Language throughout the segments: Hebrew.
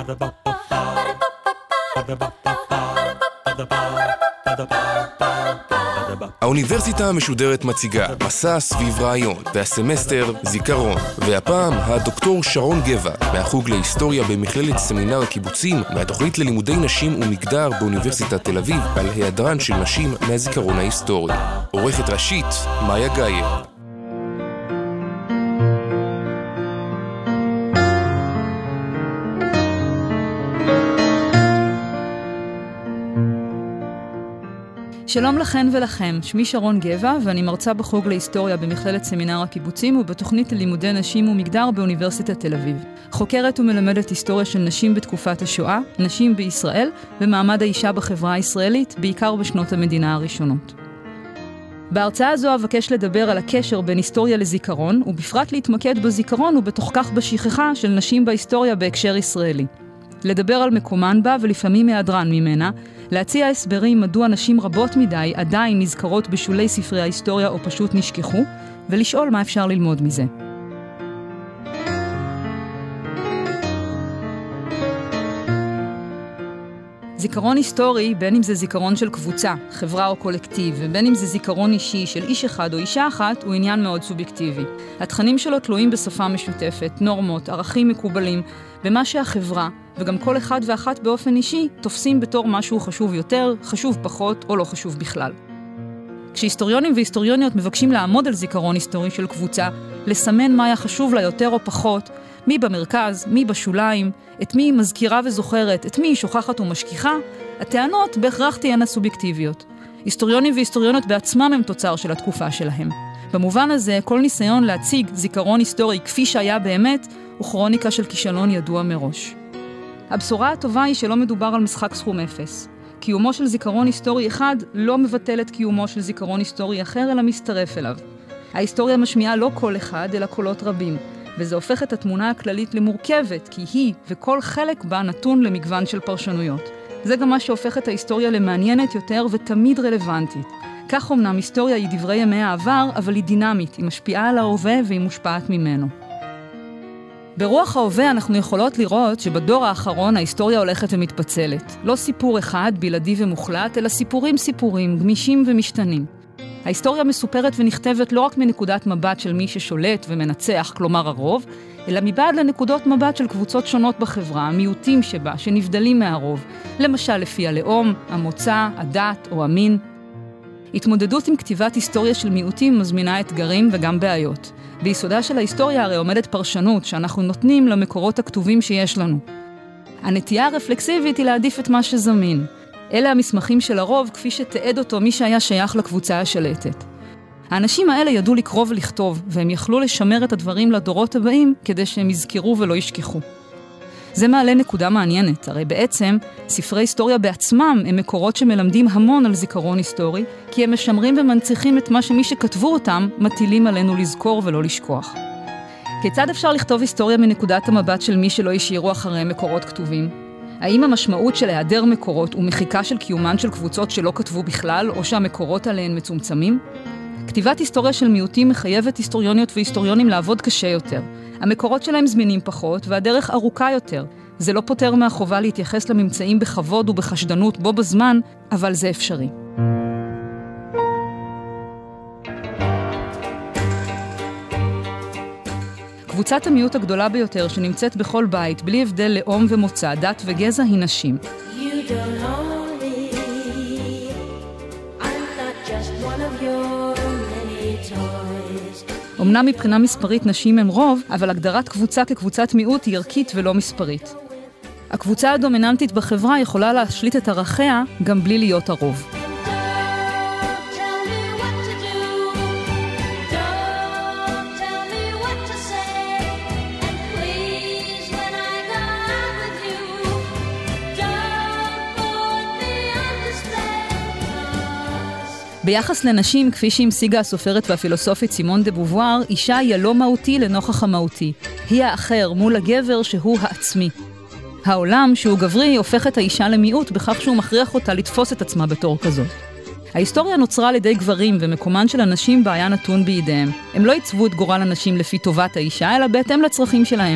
האוניברסיטה המשודרת מציגה מסע סביב רעיון, והסמסטר זיכרון. והפעם הדוקטור שרון גבע, מהחוג להיסטוריה במכללת סמינר הקיבוצים, מהתוכנית ללימודי נשים ומגדר באוניברסיטת תל אביב, על היעדרן של נשים מהזיכרון ההיסטורי. עורכת ראשית, מאיה גייר. שלום לכן ולכם, שמי שרון גבע ואני מרצה בחוג להיסטוריה במכללת סמינר הקיבוצים ובתוכנית ללימודי נשים ומגדר באוניברסיטת תל אביב. חוקרת ומלמדת היסטוריה של נשים בתקופת השואה, נשים בישראל ומעמד האישה בחברה הישראלית, בעיקר בשנות המדינה הראשונות. בהרצאה הזו אבקש לדבר על הקשר בין היסטוריה לזיכרון, ובפרט להתמקד בזיכרון ובתוך כך בשכחה של נשים בהיסטוריה בהקשר ישראלי. לדבר על מקומן בה ולפעמים מהדרן ממנה, להציע הסברים מדוע נשים רבות מדי עדיין נזכרות בשולי ספרי ההיסטוריה או פשוט נשכחו, ולשאול מה אפשר ללמוד מזה. זיכרון היסטורי, בין אם זה זיכרון של קבוצה, חברה או קולקטיב, ובין אם זה זיכרון אישי של איש אחד או אישה אחת, הוא עניין מאוד סובייקטיבי. התכנים שלו תלויים בשפה משותפת, נורמות, ערכים מקובלים, במה שהחברה, וגם כל אחד ואחת באופן אישי, תופסים בתור משהו חשוב יותר, חשוב פחות או לא חשוב בכלל. כשהיסטוריונים והיסטוריוניות מבקשים לעמוד על זיכרון היסטורי של קבוצה, לסמן מה היה חשוב לה יותר או פחות, מי במרכז, מי בשוליים, את מי היא מזכירה וזוכרת, את מי היא שוכחת ומשכיחה, הטענות בהכרח תהיינה סובייקטיביות. היסטוריונים והיסטוריוניות בעצמם הם תוצר של התקופה שלהם. במובן הזה, כל ניסיון להציג זיכרון היסטורי כפי שהיה באמת, הוא כרוניקה של כישלון ידוע מראש. הבשורה הטובה היא שלא מדובר על משחק סכום אפס. קיומו של זיכרון היסטורי אחד לא מבטל את קיומו של זיכרון היסטורי אחר, אלא מצטרף אליו. ההיסטוריה משמיעה לא קול אחד, אלא קולות רבים, וזה הופך את התמונה הכללית למורכבת, כי היא וכל חלק בה נתון למגוון של פרשנויות. זה גם מה שהופך את ההיסטוריה למעניינת יותר ותמיד רלוונטית. כך אמנם היסטוריה היא דברי ימי העבר, אבל היא דינמית, היא משפיעה על ההווה והיא מושפעת ממנו. ברוח ההווה אנחנו יכולות לראות שבדור האחרון ההיסטוריה הולכת ומתפצלת. לא סיפור אחד, בלעדי ומוחלט, אלא סיפורים, גמישים ומשתנים. ההיסטוריה מסופרת ונכתבת לא רק מנקודת מבט של מי ששולט ומנצח, כלומר הרוב, אלא מבעד לנקודות מבט של קבוצות שונות בחברה, המיעוטים שבה, שנבדלים מהרוב, למשל לפי הלאום, המוצא, הדת או המין. התמודדות עם כתיבת היסטוריה של מיעוטים מזמינה אתגרים וגם בעיות. ביסודה של ההיסטוריה הרי עומדת פרשנות שאנחנו נותנים למקורות הכתובים שיש לנו. הנטייה הרפלקסיבית היא להעדיף את מה שזמין. אלה המסמכים של הרוב כפי שתעד אותו מי שהיה שייך לקבוצה השלטת. האנשים האלה ידעו לקרוא ולכתוב, והם יכלו לשמר את הדברים לדורות הבאים כדי שהם יזכרו ולא ישכחו. זה מעלה נקודה מעניינת, הרי בעצם ספרי היסטוריה בעצמם הם מקורות שמלמדים המון על זיכרון היסטורי, כי הם משמרים ומנציחים את מה שמי שכתבו אותם מטילים עלינו לזכור ולא לשכוח. כיצד אפשר לכתוב היסטוריה מנקודת המבט של מי שלא השאירו אחריהם מקורות כתובים? האם המשמעות של היעדר מקורות ומחיקה של קיומן של קבוצות שלא כתבו בכלל, או שהמקורות עליהן מצומצמים? כתיבת היסטוריה של מיעוטים מחייבת היסטוריוניות והיסטוריונים לעבוד קשה יותר. המקורות שלהם זמינים פחות והדרך ארוכה יותר. זה לא פותר מהחובה להתייחס לממצאים בכבוד ובחשדנות בו בזמן, אבל זה אפשרי. קבוצת המיעוט הגדולה ביותר שנמצאת בכל בית, בלי הבדל לאום ומוצא, דת וגזע, היא נשים. אמנם מבחינה מספרית נשים הם רוב, אבל הגדרת קבוצה כקבוצת מיעוט היא ערכית ולא מספרית. הקבוצה הדומיננטית בחברה יכולה להשליט את ערכיה גם בלי להיות הרוב. ביחס לנשים, כפי שהמשיגה הסופרת והפילוסופית סימון דה בובואר, אישה היא הלא מהותי לנוכח המהותי. היא האחר מול הגבר שהוא העצמי. העולם שהוא גברי הופך את האישה למיעוט בכך שהוא מכריח אותה לתפוס את עצמה בתור כזאת. ההיסטוריה נוצרה על ידי גברים ומקומן של הנשים בה היה נתון בידיהם. הם לא עיצבו את גורל הנשים לפי טובת האישה, אלא בהתאם לצרכים שלהם.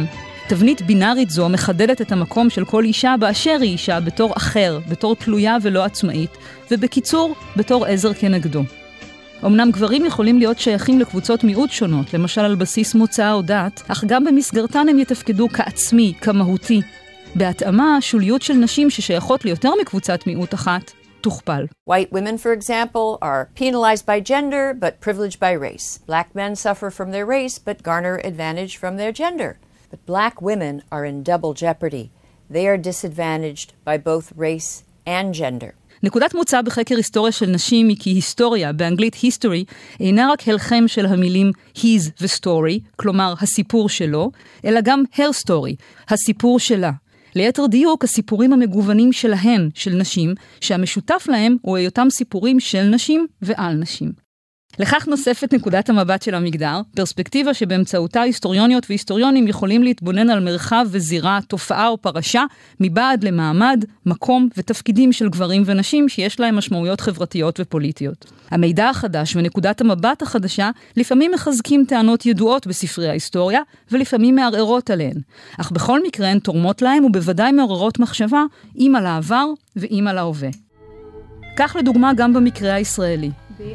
תבנית בינארית זו מחדדת את המקום של כל אישה באשר היא אישה בתור אחר, בתור תלויה ולא עצמאית, ובקיצור, בתור עזר כנגדו. אמנם גברים יכולים להיות שייכים לקבוצות מיעוט שונות, למשל על בסיס מוצא או דת, אך גם במסגרתן הם יתפקדו כעצמי, כמהותי. בהתאמה, השוליות של נשים ששייכות ליותר מקבוצת מיעוט אחת, תוכפל. White women, for example, are penalized by gender but privileged by race. Black men suffer from their race but garner advantage from their gender. But black women are in double jeopardy. They are disadvantaged by both race and gender. נקודת מוצא בחקר היסטוריה של נשים היא כי היסטוריה, באנגלית history, אינה רק הלחם של המילים his ו-story, כלומר הסיפור שלו, אלא גם her story, הסיפור שלה. ליתר דיוק, הסיפורים המגוונים שלהן, של נשים, שהמשותף להם הוא היותם סיפורים של נשים ועל נשים. לכך נוספת נקודת המבט של המגדר, פרספקטיבה שבאמצעותה היסטוריוניות והיסטוריונים יכולים להתבונן על מרחב וזירה, תופעה או פרשה, מבעד למעמד, מקום ותפקידים של גברים ונשים שיש להם משמעויות חברתיות ופוליטיות. המידע החדש ונקודת המבט החדשה לפעמים מחזקים טענות ידועות בספרי ההיסטוריה, ולפעמים מערערות עליהן. אך בכל מקרה הן תורמות להם ובוודאי מעוררות מחשבה, אם על העבר ואם על ההווה. כך לדוגמה גם במקרה הישראלי.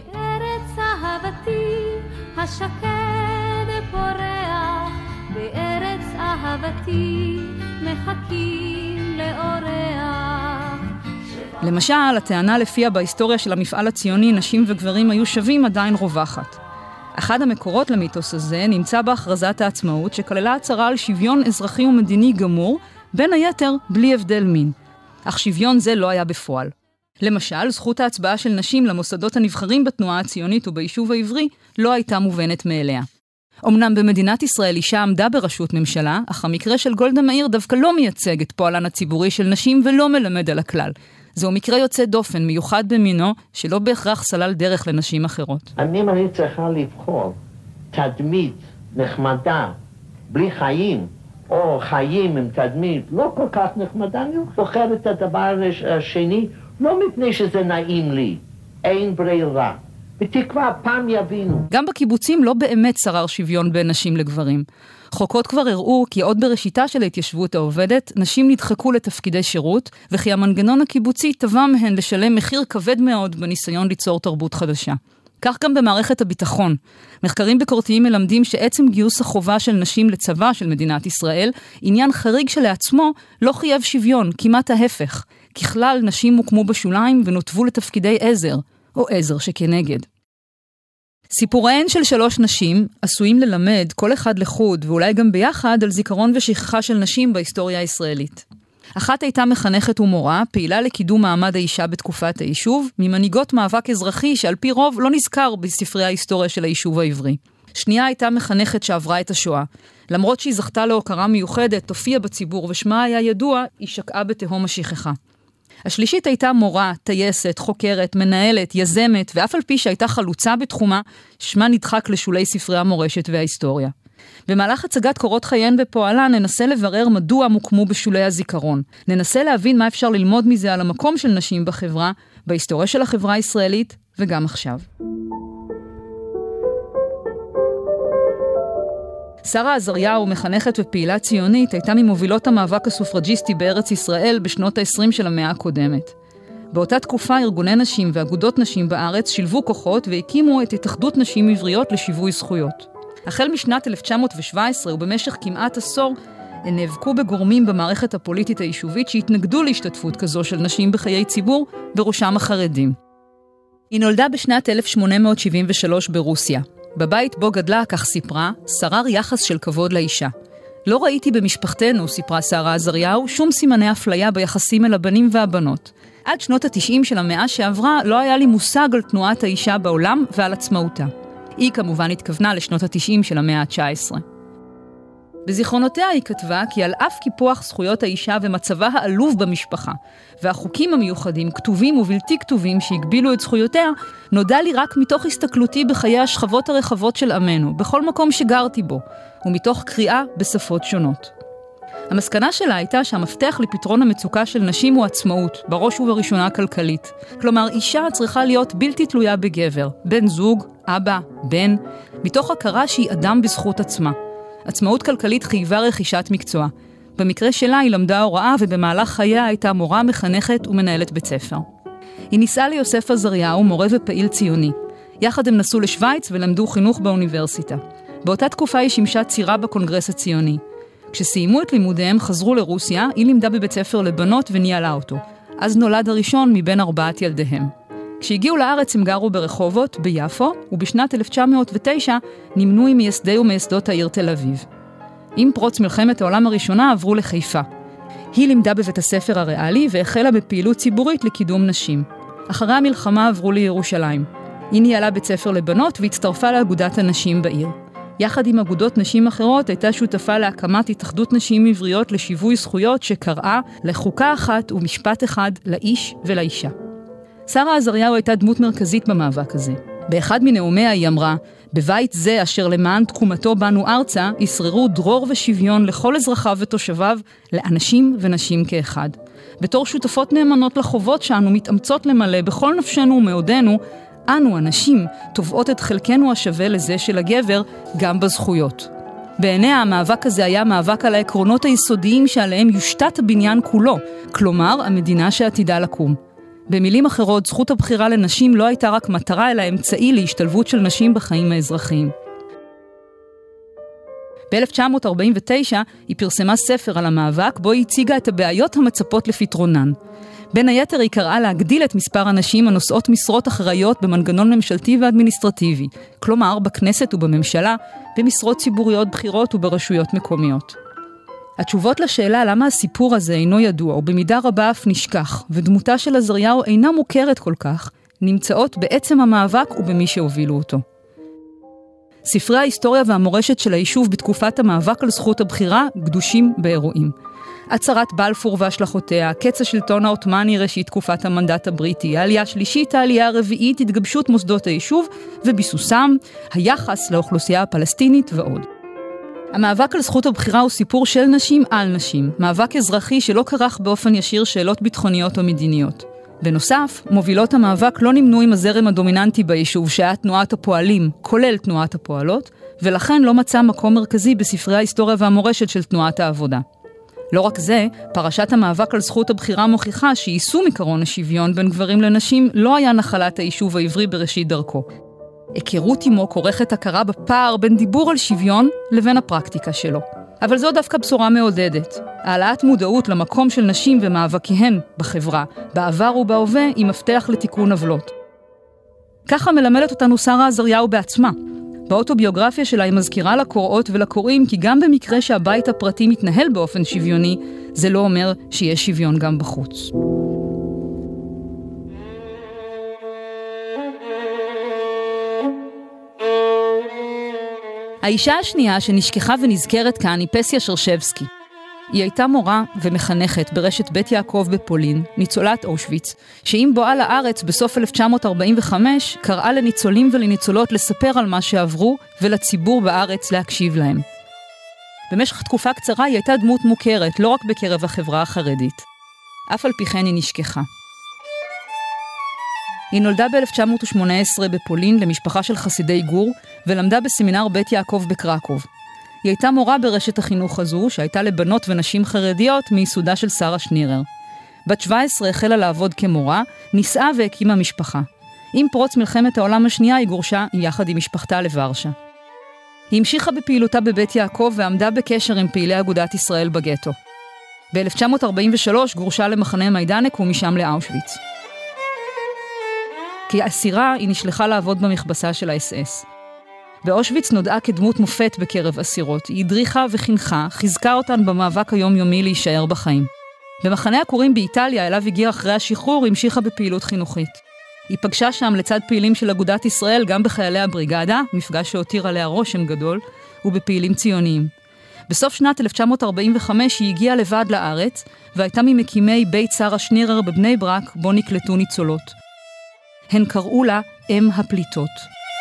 השקד פורח בארץ אהבתי מחכים לאורח. למשל, הטענה לפיה בהיסטוריה של המפעל הציוני נשים וגברים היו שווים עדיין רווחת. אחד המקורות למיתוס הזה נמצא בהכרזת העצמאות שכללה הצהרה על שוויון אזרחי ומדיני גמור, בין היתר בלי הבדל מין. אך שוויון זה לא היה בפועל. למשל, זכות ההצבעה של נשים למוסדות הנבחרים בתנועה הציונית וביישוב העברי לא הייתה מובנת מאליה. אמנם במדינת ישראל אישה עמדה בראשות ממשלה, אך המקרה של גולדה מאיר דווקא לא מייצג את פועלן הציבורי של נשים ולא מלמד על הכלל. זהו מקרה יוצא דופן, מיוחד במינו, שלא בהכרח סלל דרך לנשים אחרות. אני צריכה לבחור תדמית נחמדה, בלי חיים, או חיים עם תדמית לא כל כך נחמדה, אני בוחר את הדבר השני, לא מפני שזה נעים לי, אין ברירה. בתקווה פעם יבינו. גם בקיבוצים לא באמת שרר שוויון בין נשים לגברים. חוקות כבר הראו כי עוד בראשיתה של ההתיישבות העובדת, נשים נדחקו לתפקידי שירות, וכי המנגנון הקיבוצי תבע מהן לשלם מחיר כבד מאוד בניסיון ליצור תרבות חדשה. כך גם במערכת הביטחון. מחקרים ביקורתיים מלמדים שעצם גיוס החובה של נשים לצבא של מדינת ישראל, עניין חריג שלעצמו לא חייב שוויון, כמעט ההפך. ככלל, נשים הוקמו בשוליים ונותבו לתפקידי עזר, או עזר שכנגד. סיפוריהן של 3 נשים עשויים ללמד כל אחד לחוד, ואולי גם ביחד, על זיכרון ושכחה של נשים בהיסטוריה הישראלית. אחת הייתה מחנכת ומורה, פעילה לקידום מעמד האישה בתקופת היישוב, ממנהיגות מאבק אזרחי שעל פי רוב לא נזכר בספרי ההיסטוריה של היישוב העברי. שנייה הייתה מחנכת שעברה את השואה. למרות שהיא זכתה להוקרה מיוחדת, הופיעה בציבור ושמה היה ידוע, היא שקעה בתהום השכחה. השלישית הייתה מורה, טייסת, חוקרת, מנהלת, יזמת, ואף על פי שהייתה חלוצה בתחומה, שמה נדחק לשולי ספרי המורשת וההיסטוריה. במהלך הצגת קורות חייהן בפועלה ננסה לברר מדוע מוקמו בשולי הזיכרון. ננסה להבין מה אפשר ללמוד מזה על המקום של נשים בחברה, בהיסטוריה של החברה הישראלית וגם עכשיו. שרה עזריהו, מחנכת ופעילה ציונית, הייתה ממובילות המאבק הסופרג'יסטי בארץ ישראל בשנות ה-20 של המאה הקודמת. באותה תקופה ארגוני נשים ואגודות נשים בארץ שילבו כוחות והקימו את התאחדות נשים עבריות לשיווי זכויות. החל משנת 1917 ובמשך כמעט עשור, הן נאבקו בגורמים במערכת הפוליטית היישובית שהתנגדו להשתתפות כזו של נשים בחיי ציבור, בראשם החרדים. היא נולדה בשנת 1873 ברוסיה. בבית בו גדלה, כך סיפרה, שרר יחס של כבוד לאישה. לא ראיתי במשפחתנו, סיפרה שרה עזריהו, שום סימני אפליה ביחסים אל הבנים והבנות. עד שנות ה-90 של המאה שעברה לא היה לי מושג על תנועת האישה בעולם ועל עצמאותה. היא כמובן התכוונה לשנות ה-90 של המאה ה-19. בזיכרונותיה היא כתבה כי על אף קיפוח זכויות האישה ומצבה העלוב במשפחה, והחוקים המיוחדים, כתובים ובלתי כתובים שהגבילו את זכויותיה, נודע לי רק מתוך הסתכלותי בחיי השכבות הרחבות של עמנו, בכל מקום שגרתי בו, ומתוך קריאה בשפות שונות. המסקנה שלה הייתה שהמפתח לפתרון המצוקה של נשים הוא עצמאות, בראש ובראשונה כלכלית. כלומר, אישה צריכה להיות בלתי תלויה בגבר, בן זוג, אבא, בן, מתוך הכרה שהיא אדם בזכות עצמה. עצמאות כלכלית חייבה רכישת מקצוע. במקרה שלה היא למדה הוראה ובמהלך חייה הייתה מורה, מחנכת ומנהלת בית ספר. היא נישאה ליוסף עזריהו, מורה ופעיל ציוני. יחד הם נסעו לשוויץ ולמדו חינוך באוניברסיטה. באותה תקופה היא שימשה צירה בקונגרס הציוני. כשסיימו את לימודיהם חזרו לרוסיה, היא לימדה בבית ספר לבנות וניהלה אותו. אז נולד הראשון מבין 4 ילדיהם. כשהגיעו לארץ הם גרו ברחובות, ביפו, ובשנת 1909 נמנו עם מייסדי ומייסדות העיר תל אביב. עם פרוץ מלחמת העולם הראשונה עברו לחיפה. היא לימדה בבית הספר הריאלי והחלה בפעילות ציבורית לקידום נשים. אחרי המלחמה עברו לירושלים. היא ניהלה בית ספר לבנות והצטרפה לאגודת הנשים בעיר. יחד עם אגודות נשים אחרות הייתה שותפה להקמת התאחדות נשים עבריות לשיווי זכויות שקראה לחוקה אחת ומשפט אחד לאיש ולאישה. שרה עזריהו הייתה דמות מרכזית במאבק הזה. באחד מנאומיה היא אמרה, בבית זה אשר למען תקומתו בנו ארצה, ישררו דרור ושוויון לכל אזרחיו ותושביו, לאנשים ונשים כאחד. בתור שותפות נאמנות לחובות שאנו מתאמצות למלא בכל נפשנו ומעודנו, אנו, הנשים, תובעות את חלקנו השווה לזה של הגבר גם בזכויות. בעיניה המאבק הזה היה מאבק על העקרונות היסודיים שעליהם יושתת הבניין כולו, כלומר המדינה שעתידה לקום. במילים אחרות, זכות הבחירה לנשים לא הייתה רק מטרה, אלא אמצעי להשתלבות של נשים בחיים האזרחיים. ב-1949 היא פרסמה ספר על המאבק, בו היא הציגה את הבעיות המצפות לפתרונן. בין היתר היא קראה להגדיל את מספר הנשים הנושאות משרות אחראיות במנגנון ממשלתי ואדמיניסטרטיבי, כלומר בכנסת ובממשלה, במשרות ציבוריות בחירות וברשויות מקומיות. התשובות לשאלה למה הסיפור הזה אינו ידוע, ובמידה רבה אף נשכח, ודמותה של עזריהו אינה מוכרת כל כך, נמצאות בעצם המאבק ובמי שהובילו אותו. ספרי ההיסטוריה והמורשת של היישוב בתקופת המאבק על זכות הבחירה גדושים באירועים. הצהרת בלפור והשלכותיה, קץ השלטון העות'מאני ראשית תקופת המנדט הבריטי, העלייה השלישית, העלייה הרביעית, התגבשות מוסדות היישוב וביסוסם, היחס לאוכלוסייה הפלסטינית ועוד. המאבק על זכות הבחירה הוא סיפור של נשים על נשים, מאבק אזרחי שלא כרך באופן ישיר שאלות ביטחוניות או מדיניות. בנוסף, מובילות המאבק לא נמנו עם הזרם הדומיננטי ביישוב שהיה תנועת הפועלים, כולל תנועת הפועלות, ולכן לא מצא מקום מרכזי בספרי ההיסטוריה והמורשת של תנועת העבודה. לא רק זה, פרשת המאבק על זכות הבחירה מוכיחה שיישום עקרון השוויון בין גברים לנשים לא היה נחלת היישוב העברי בראשית דרכו. היכרות עמו כורכת הכרה בפער בין דיבור על שוויון לבין הפרקטיקה שלו. אבל זו דווקא בשורה מעודדת. העלאת מודעות למקום של נשים ומאבקיהן בחברה, בעבר ובהווה, היא מפתח לתיקון עוולות. ככה מלמדת אותנו שרה עזריהו בעצמה. באוטוביוגרפיה שלה היא מזכירה לקוראות ולקוראים כי גם במקרה שהבית הפרטי מתנהל באופן שוויוני, זה לא אומר שיש שוויון גם בחוץ. האישה השנייה שנשכחה ונזכרת כאן היא פסיה שרשבסקי. היא הייתה מורה ומחנכת ברשת בית יעקב בפולין, ניצולת אושוויץ, שעם בואה לארץ בסוף 1945 קראה לניצולים ולניצולות לספר על מה שעברו ולציבור בארץ להקשיב להם. במשך תקופה קצרה היא הייתה דמות מוכרת, לא רק בקרב החברה החרדית. אף על פי כן היא נשכחה. היא נולדה ב-1918 בפולין למשפחה של חסידי גור, ולמדה בסמינר בית יעקב בקרקוב. היא הייתה מורה ברשת החינוך הזו, שהייתה לבנות ונשים חרדיות מיסודה של שרה שנירר. בת 17 החלה לעבוד כמורה, נישאה והקימה משפחה. עם פרוץ מלחמת העולם השנייה היא גורשה יחד עם משפחתה לוורשה. היא המשיכה בפעילותה בבית יעקב ועמדה בקשר עם פעילי אגודת ישראל בגטו. ב-1943 גורשה למחנה מיידנק ומשם לאושוויץ. כאסירה היא נשלחה לעבוד במכבסה של האס-אס. באושוויץ נודעה כדמות מופת בקרב אסירות. היא הדריכה וחינכה, חיזקה אותן במאבק היומיומי להישאר בחיים. במחנה הכורים באיטליה, אליו הגיעה אחרי השחרור, המשיכה בפעילות חינוכית. היא פגשה שם לצד פעילים של אגודת ישראל, גם בחיילי הבריגדה, מפגש שהותיר עליה רושם גדול, ובפעילים ציוניים. בסוף שנת 1945 היא הגיעה לבד לארץ, והייתה ממקימי בית שרה שנירר בבני ברק, בו נקלטו ניצולות. הן קראו לה אם הפליטות.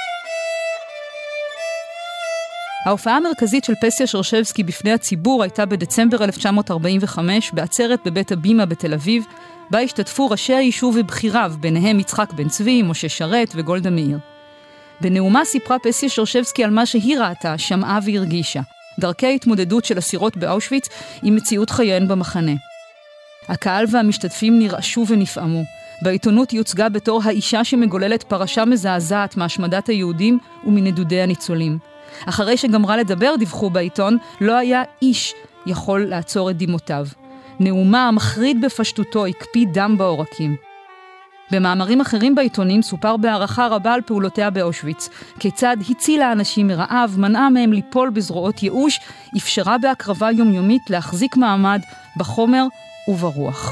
ההופעה המרכזית של פסיה שרשבסקי בפני הציבור הייתה בדצמבר 1945 בעצרת בבית הבימה בתל אביב, בה השתתפו ראשי היישוב ובחיריו, ביניהם יצחק בן צבי, משה שרת וגולדה מאיר. בנאומה סיפרה פסיה שרשבסקי על מה שהיא ראתה, שמעה והרגישה. דרכי ההתמודדות של אסירות באושוויץ עם מציאות חייהן במחנה. הקהל והמשתתפים נרעשו ונפעמו. בעיתונות היא הוצגה בתור האישה שמגוללת פרשה מזעזעת מהשמדת היהודים ומנדודי הניצולים. אחרי שגמרה לדבר, דיווחו בעיתון, לא היה איש יכול לעצור את דמעותיו. נאומה המחריד בפשטותו הקפיא דם בעורקים. במאמרים אחרים בעיתונים סופר בהערכה רבה על פעולותיה באושוויץ, כיצד הצילה אנשים מרעב, מנעה מהם ליפול בזרועות ייאוש, אפשרה בהקרבה יומיומית להחזיק מעמד בחומר וברוח.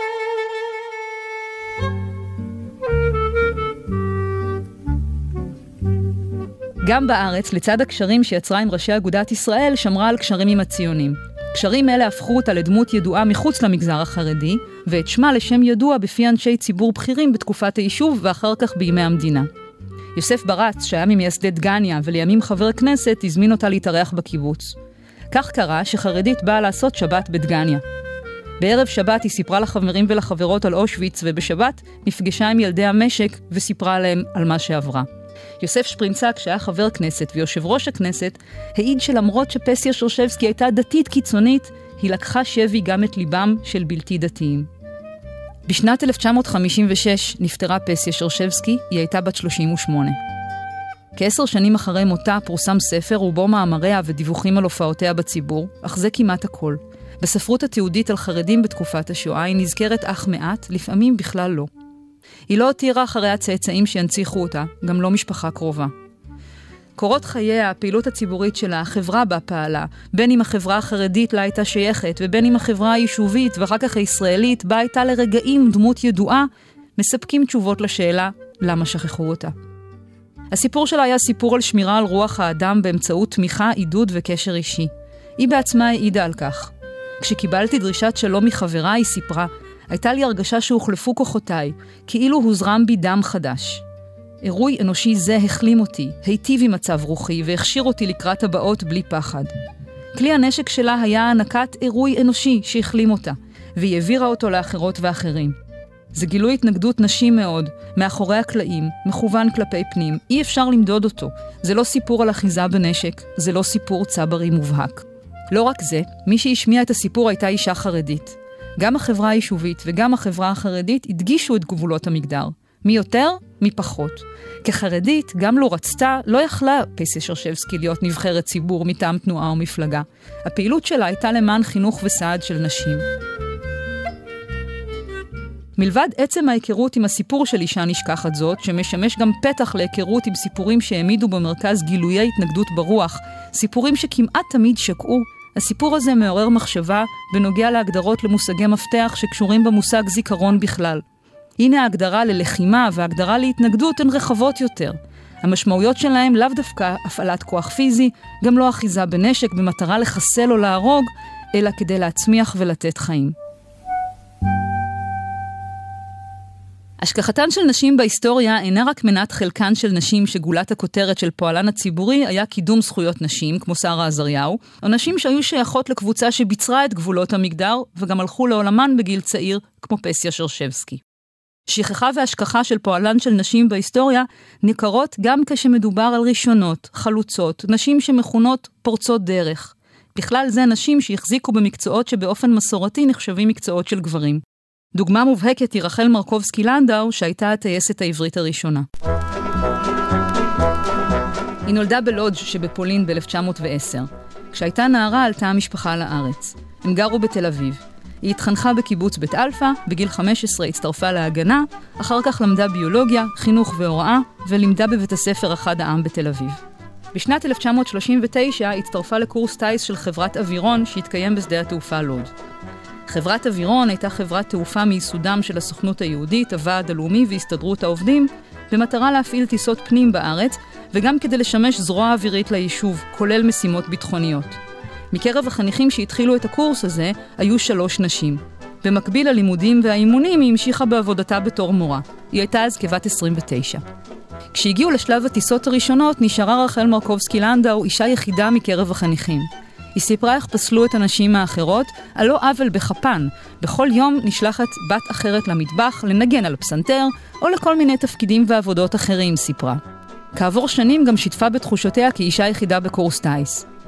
גם בארץ, לצד הקשרים שיצרה עם ראשי אגודת ישראל, שמרה על קשרים עם הציונים. קשרים אלה הפכו אותה לדמות ידועה מחוץ למגזר החרדי, ואת שמה לשם ידוע בפי אנשי ציבור בכירים בתקופת היישוב ואחר כך בימי המדינה. יוסף ברץ, שהיה ממייסדי דגניה ולימים חבר כנסת, הזמין אותה להתארח בקיבוץ. כך קרה שחרדית באה לעשות שבת בדגניה. בערב שבת היא סיפרה לחברים ולחברות על אושוויץ, ובשבת נפגשה עם ילדי המשק וסיפרה עליהם על מה שעברה. יוסף שפרינצק, שהיה חבר כנסת ויושב ראש הכנסת, העיד שלמרות שפסיה שרשבסקי הייתה דתית קיצונית, היא לקחה שבי גם את ליבם של בלתי דתיים. בשנת 1956 נפטרה פסיה שרשבסקי, היא הייתה בת 38. כ10 שנים אחרי מותה פורסם ספר ובו מאמריה ודיווחים על הופעותיה בציבור, אך זה כמעט הכל. בספרות התיעודית על חרדים בתקופת השואה היא נזכרת אך מעט, לפעמים בכלל לא. היא לא הותירה אחריה צאצאים שינציחו אותה, גם לא משפחה קרובה. קורות חייה, הפעילות הציבורית שלה, החברה בה פעלה, בין אם החברה החרדית לה הייתה שייכת, ובין אם החברה היישובית ואחר כך הישראלית, בה הייתה לרגעים דמות ידועה, מספקים תשובות לשאלה למה שכחו אותה. הסיפור שלה היה סיפור על שמירה על רוח האדם באמצעות תמיכה, עידוד וקשר אישי. היא בעצמה העידה על כך. כשקיבלתי דרישת שלום מחברה, היא סיפרה, הייתה לי הרגשה שהוחלפו כוחותיי, כאילו הוזרם בי דם חדש. אירוי אנושי זה החלים אותי, היטיב עם מצב רוחי, והכשיר אותי לקראת הבאות בלי פחד. כלי הנשק שלה היה הענקת אירוי אנושי שהחלים אותה, והיא העבירה אותו לאחרות ואחרים. זה גילוי התנגדות נשים מאוד, מאחורי הקלעים, מכוון כלפי פנים, אי אפשר למדוד אותו. זה לא סיפור על אחיזה בנשק, זה לא סיפור צברי מובהק. לא רק זה, מי שהשמיע את הסיפור הייתה אישה חרדית. גם החברה היישובית וגם החברה החרדית הדגישו את גבולות המגדר. מי יותר, מי פחות. כחרדית, גם לא רצתה, לא יכלה פסיה שרשבסקי להיות נבחרת ציבור מטעם תנועה או מפלגה. הפעילות שלה הייתה למען חינוך וסעד של נשים. מלבד עצם ההיכרות עם הסיפור של אישה נשכחת זאת, שמשמש גם פתח להיכרות עם סיפורים שהעמידו במרכז גילויי התנגדות ברוח, סיפורים שכמעט תמיד שקעו, הסיפור הזה מעורר מחשבה בנוגע להגדרות למושגי מפתח שקשורים במושג זיכרון בכלל. הנה ההגדרה ללחימה וההגדרה להתנגדות הן רחבות יותר. המשמעויות שלהם לאו דווקא הפעלת כוח פיזי, גם לא אחיזה בנשק במטרה לחסל או להרוג, אלא כדי להצמיח ולתת חיים. השכחתן של נשים בהיסטוריה אינה רק מנת חלקן של נשים שגולת הכותרת של פועלן הציבורי היה קידום זכויות נשים, כמו שרה עזריהו, או נשים שהיו שייכות לקבוצה שביצרה את גבולות המגדר, וגם הלכו לעולמן בגיל צעיר, כמו פסיה שרשבסקי. שכחה והשכחה של פועלן של נשים בהיסטוריה ניכרות גם כשמדובר על ראשונות, חלוצות, נשים שמכונות פורצות דרך. בכלל זה נשים שהחזיקו במקצועות שבאופן מסורתי נחשבים מקצועות של גברים. דוגמה מובהקת היא רחל מרקובסקי לנדאו, שהייתה הטייסת העברית הראשונה. היא נולדה בלודג' שבפולין ב-1910. כשהייתה נערה עלתה המשפחה לארץ. הם גרו בתל אביב. היא התחנכה בקיבוץ בית אלפא, בגיל 15 הצטרפה להגנה, אחר כך למדה ביולוגיה, חינוך והוראה, ולימדה בבית הספר אחד העם בתל אביב. בשנת 1939 הצטרפה לקורס טייס של חברת אווירון שהתקיים בשדה התעופה לוד. חברת אווירון הייתה חברת תעופה מיסודם של הסוכנות היהודית, הוועד הלאומי והסתדרות העובדים, במטרה להפעיל טיסות פנים בארץ, וגם כדי לשמש זרוע אווירית ליישוב, כולל משימות ביטחוניות. מקרב החניכים שהתחילו את הקורס הזה, היו 3 נשים. במקביל ללימודים והאימונים, היא המשיכה בעבודתה בתור מורה. היא הייתה אז כבת 29. כשהגיעו לשלב הטיסות הראשונות, נשארה רחל מרקובסקי לנדאו, אישה יחידה מקרב החניכים. היא סיפרה איך פסלו את הנשים האחרות, על לא עוול בחפן. בכל יום נשלחת בת אחרת למטבח, לנגן על פסנתר, או לכל מיני תפקידים ועבודות אחרים, סיפרה. כעבור שנים גם שיתפה בתחושותיה כאישה יחידה בקורס טייס.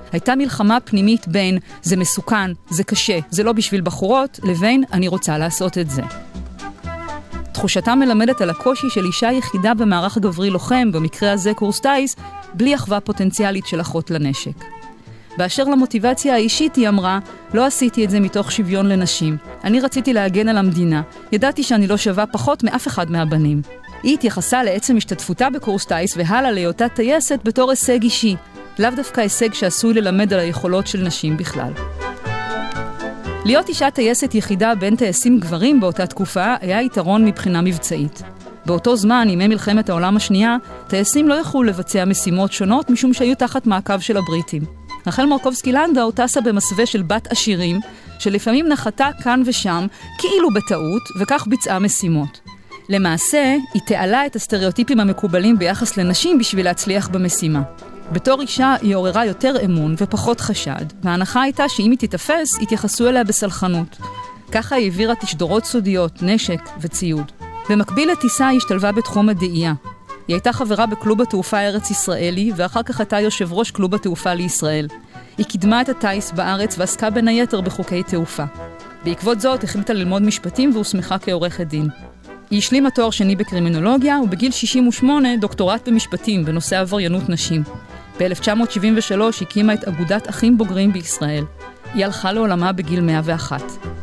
הייתה מלחמה פנימית בין זה מסוכן, זה קשה, זה לא בשביל בחורות, לבין אני רוצה לעשות את זה. תחושתה מלמדת על הקושי של אישה יחידה במערך גברי לוחם, במקרה הזה קורס טייס, בלי אחווה פוטנציאלית של אחות לנשק. באשר למוטיבציה האישית היא אמרה, לא עשיתי את זה מתוך שוויון לנשים. אני רציתי להגן על המדינה. ידעתי שאני לא שווה פחות מאף אחד מהבנים. היא התייחסה לעצם השתתפותה בקורס טייס והלאה להיותה טייסת בתור הישג אישי. לאו דווקא הישג שעשוי ללמד על היכולות של נשים בכלל. להיות אישה טייסת יחידה בין טייסים גברים באותה תקופה היה יתרון מבחינה מבצעית. באותו זמן, ימי מלחמת העולם השנייה, טייסים לא יכלו לבצע משימות שונות משום שהיו תחת מעקב של הבריטים. רחל מרקובסקי לנדאו טסה במסווה של בת עשירים, שלפעמים נחתה כאן ושם, כאילו בטעות, וכך ביצעה משימות. למעשה, היא תעלה את הסטריאוטיפים המקובלים ביחס לנשים בשביל להצליח במשימה. בתור אישה היא עוררה יותר אמון ופחות חשד, וההנחה הייתה שאם היא תתפס, יתייחסו אליה בסלחנות. ככה היא העבירה תשדורות סודיות, נשק וציוד. במקביל לטיסה היא השתלבה בתחום הדאייה. היא הייתה חברה בקלוב התעופה הארץ ישראלי, ואחר כך הייתה יושב ראש קלוב התעופה לישראל. היא קידמה את הטייס בארץ ועסקה בין היתר בחוקי תעופה. בעקבות זאת החליטה ללמוד משפטים והוסמכה כעורכת דין. היא השלימה תואר שני בקרימינולוגיה, ובגיל 68 דוקטורט במשפטים בנושא עבריינות נשים. ב-1973 הקימה את אגודת אחים בוגרים בישראל. היא הלכה לעולמה בגיל 101.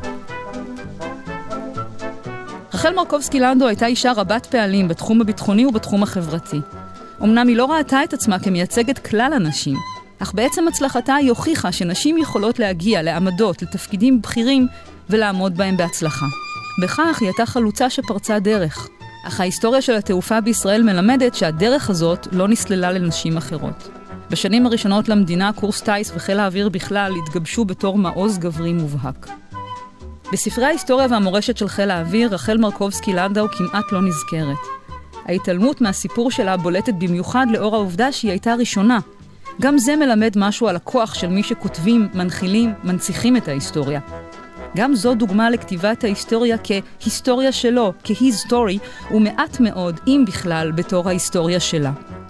רחל מרקובסקי לנדאו הייתה אישה רבת פעלים בתחום הביטחוני ובתחום החברתי. אמנם היא לא ראתה את עצמה כמייצגת כלל הנשים, אך בעצם הצלחתה היא הוכיחה שנשים יכולות להגיע לעמדות, לתפקידים בכירים ולעמוד בהם בהצלחה. בכך היא הייתה חלוצה שפרצה דרך. אך ההיסטוריה של התעופה בישראל מלמדת שהדרך הזאת לא נסללה לנשים אחרות. בשנים הראשונות למדינה, קורס טייס וחיל האוויר בכלל התגבשו בתור מעוז גברי מובהק. בספרי ההיסטוריה והמורשת של חיל האוויר, רחל מרקובסקי לנדאו כמעט לא נזכרת. ההתעלמות מהסיפור שלה בולטת במיוחד לאור העובדה שהיא הייתה ראשונה. גם זה מלמד משהו על הכוח של מי שכותבים, מנחילים, מנציחים את ההיסטוריה. גם זו דוגמה לכתיבת ההיסטוריה כהיסטוריה שלו, כ-his story, ומעט מאוד, אם בכלל, בתור ההיסטוריה שלה.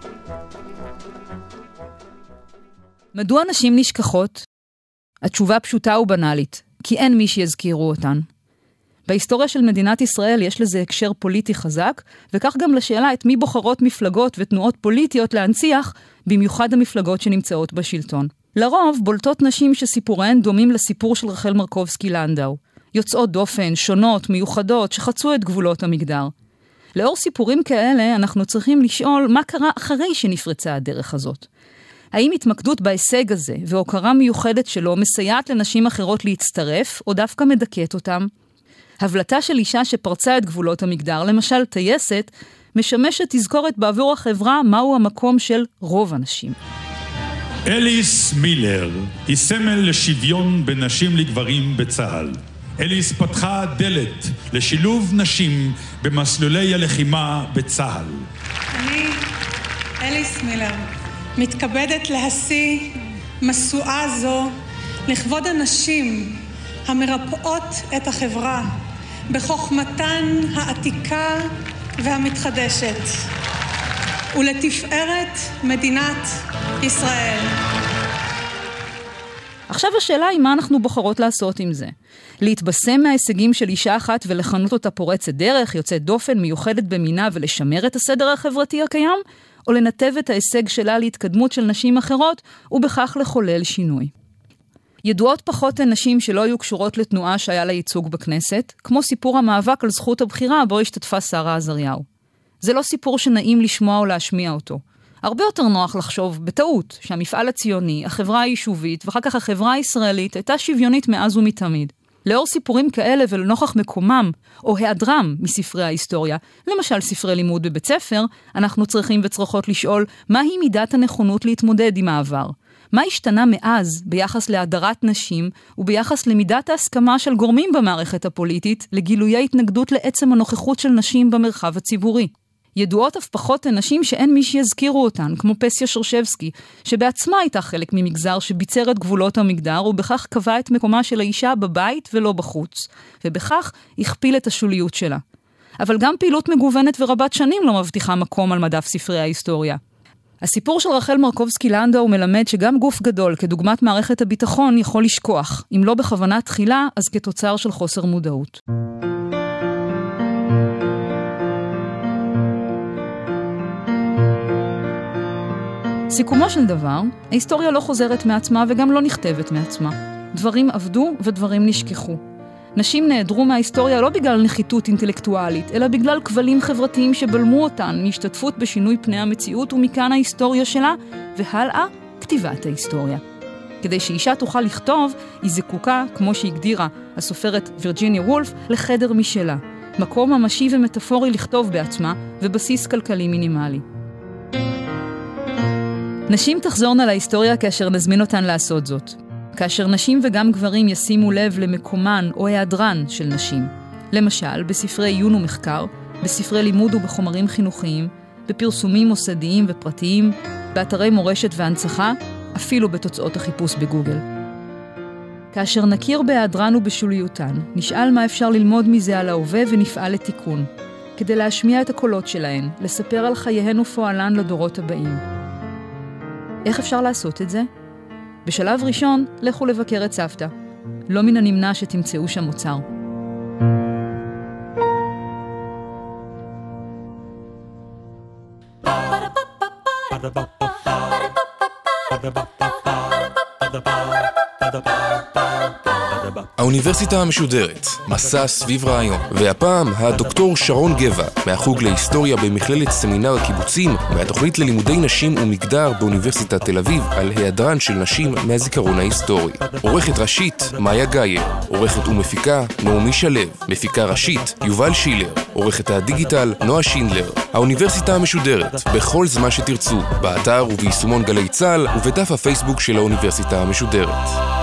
מדוע נשים נשכחות? התשובה פשוטה ובנלית, כי אין מי שיזכירו אותן. בהיסטוריה של מדינת ישראל יש לזה הקשר פוליטי חזק, וכך גם לשאלה את מי בוחרות מפלגות ותנועות פוליטיות להנציח, במיוחד המפלגות שנמצאות בשלטון. לרוב בולטות נשים שסיפוריהן דומים לסיפור של רחל מרקובסקי לנדאו, יוצאות דופן, שונות, מיוחדות, שחצו את גבולות המגדר. לאור סיפורים כאלה אנחנו צריכים לשאול מה קרה אחרי שנפרצה הדרך הזאת. האם התמקדות בהישג הזה והוקרה מיוחדת שלו מסייעת לנשים אחרות להצטרף או דווקא מדכאת אותם? הבלטה של אישה שפרצה את גבולות המגדר, למשל טייסת, משמשת תזכורת בעבור החברה מהו המקום של רוב הנשים. אליס מילר היא סמל לשוויון בין נשים לגברים בצה"ל. אליס פתחה דלת לשילוב נשים במסלולי הלחימה בצה"ל. אני, אליס מילר, מתכבדת להשיא משואה זו לכבוד הנשים המרפאות את החברה בחוכמתן העתיקה והמתחדשת ולתפארת מדינת ישראל. עכשיו השאלה היא מה אנחנו בוחרות לעשות עם זה. להתבשם מההישגים של אישה אחת ולכנות אותה פורצת דרך, יוצאת דופן, מיוחדת במינה ולשמר את הסדר החברתי הקיים, או לנתב את ההישג שלה להתקדמות של נשים אחרות ובכך לחולל שינוי. ידועות פחות הן נשים שלא היו קשורות לתנועה שהיה לה ייצוג בכנסת, כמו סיפור המאבק על זכות הבחירה בו השתתפה שרה עזריהו. זה לא סיפור שנעים לשמוע או להשמיע אותו. הרבה יותר נוח לחשוב בטעות שהמפעל הציוני, החברה היישובית ואחר כך החברה הישראלית הייתה שוויונית מאז ומתמיד. לאור סיפורים כאלה ולנוכח מקומם או היעדרם מספרי ההיסטוריה, למשל ספרי לימוד בבית ספר, אנחנו צריכים וצריכות לשאול מהי מידת הנכונות להתמודד עם העבר. מה השתנה מאז ביחס להדרת נשים וביחס למידת ההסכמה של גורמים במערכת הפוליטית לגילויי התנגדות לעצם הנוכחות של נשים במרחב הציבורי? ידועות אף פחות הנשים שאין מי שיזכירו אותן, כמו פסיה שרשבסקי, שבעצמה הייתה חלק ממגזר שביצר את גבולות המגדר, ובכך קבע את מקומה של האישה בבית ולא בחוץ, ובכך הכפיל את השוליות שלה. אבל גם פעילות מגוונת ורבת שנים לא מבטיחה מקום על מדף ספרי ההיסטוריה. הסיפור של רחל מרקובסקי לנדאו מלמד שגם גוף גדול, כדוגמת מערכת הביטחון, יכול לשכוח. אם לא בכוונה תחילה, אז כתוצר של חוסר מודעות. סיכומו של דבר, ההיסטוריה לא חוזרת מעצמה וגם לא נכתבת מעצמה. דברים עבדו ודברים נשכחו. נשים נעדרו מההיסטוריה לא בגלל נחיתות אינטלקטואלית, אלא בגלל כבלים חברתיים שבלמו אותן מהשתתפות בשינוי פני המציאות, ומכאן ההיסטוריה שלה, והלאה, כתיבת ההיסטוריה. כדי שאישה תוכל לכתוב, היא זקוקה, כמו שהגדירה הסופרת וירג'יניה וולף, לחדר משלה. מקום ממשי ומטאפורי לכתוב בעצמה, ובסיס כלכלי מינימלי. נשים תחזורנה להיסטוריה כאשר נזמין אותן לעשות זאת. כאשר נשים וגם גברים ישימו לב למקומן או היעדרן של נשים. למשל, בספרי עיון ומחקר, בספרי לימוד ובחומרים חינוכיים, בפרסומים מוסדיים ופרטיים, באתרי מורשת והנצחה, אפילו בתוצאות החיפוש בגוגל. כאשר נכיר בהיעדרן ובשוליותן, נשאל מה אפשר ללמוד מזה על ההווה ונפעל לתיקון, כדי להשמיע את הקולות שלהן, לספר על חייהן ופועלן לדורות הבאים. איך אפשר לעשות את זה? בשלב ראשון, לכו לבקר את סבתא. לא מן הנמנע שתמצאו שם אוצר. האוניברסיטה המשודרת, מסע סביב רעיון, והפעם הדוקטור שרון גבע, מהחוג להיסטוריה במכללת סמינר הקיבוצים, מהתוכנית ללימודי נשים ומגדר באוניברסיטת תל אביב, על היעדרן של נשים מהזיכרון ההיסטורי. עורכת ראשית, מאיה גייר, עורכת ומפיקה, נעמי שלו, מפיקה ראשית, יובל שילר, עורכת הדיגיטל, נועה שינדלר. האוניברסיטה המשודרת, בכל זמן שתרצו, באתר וביישומון גלי צה"ל ובדף הפייסבוק של האוניברסיטה המשודרת.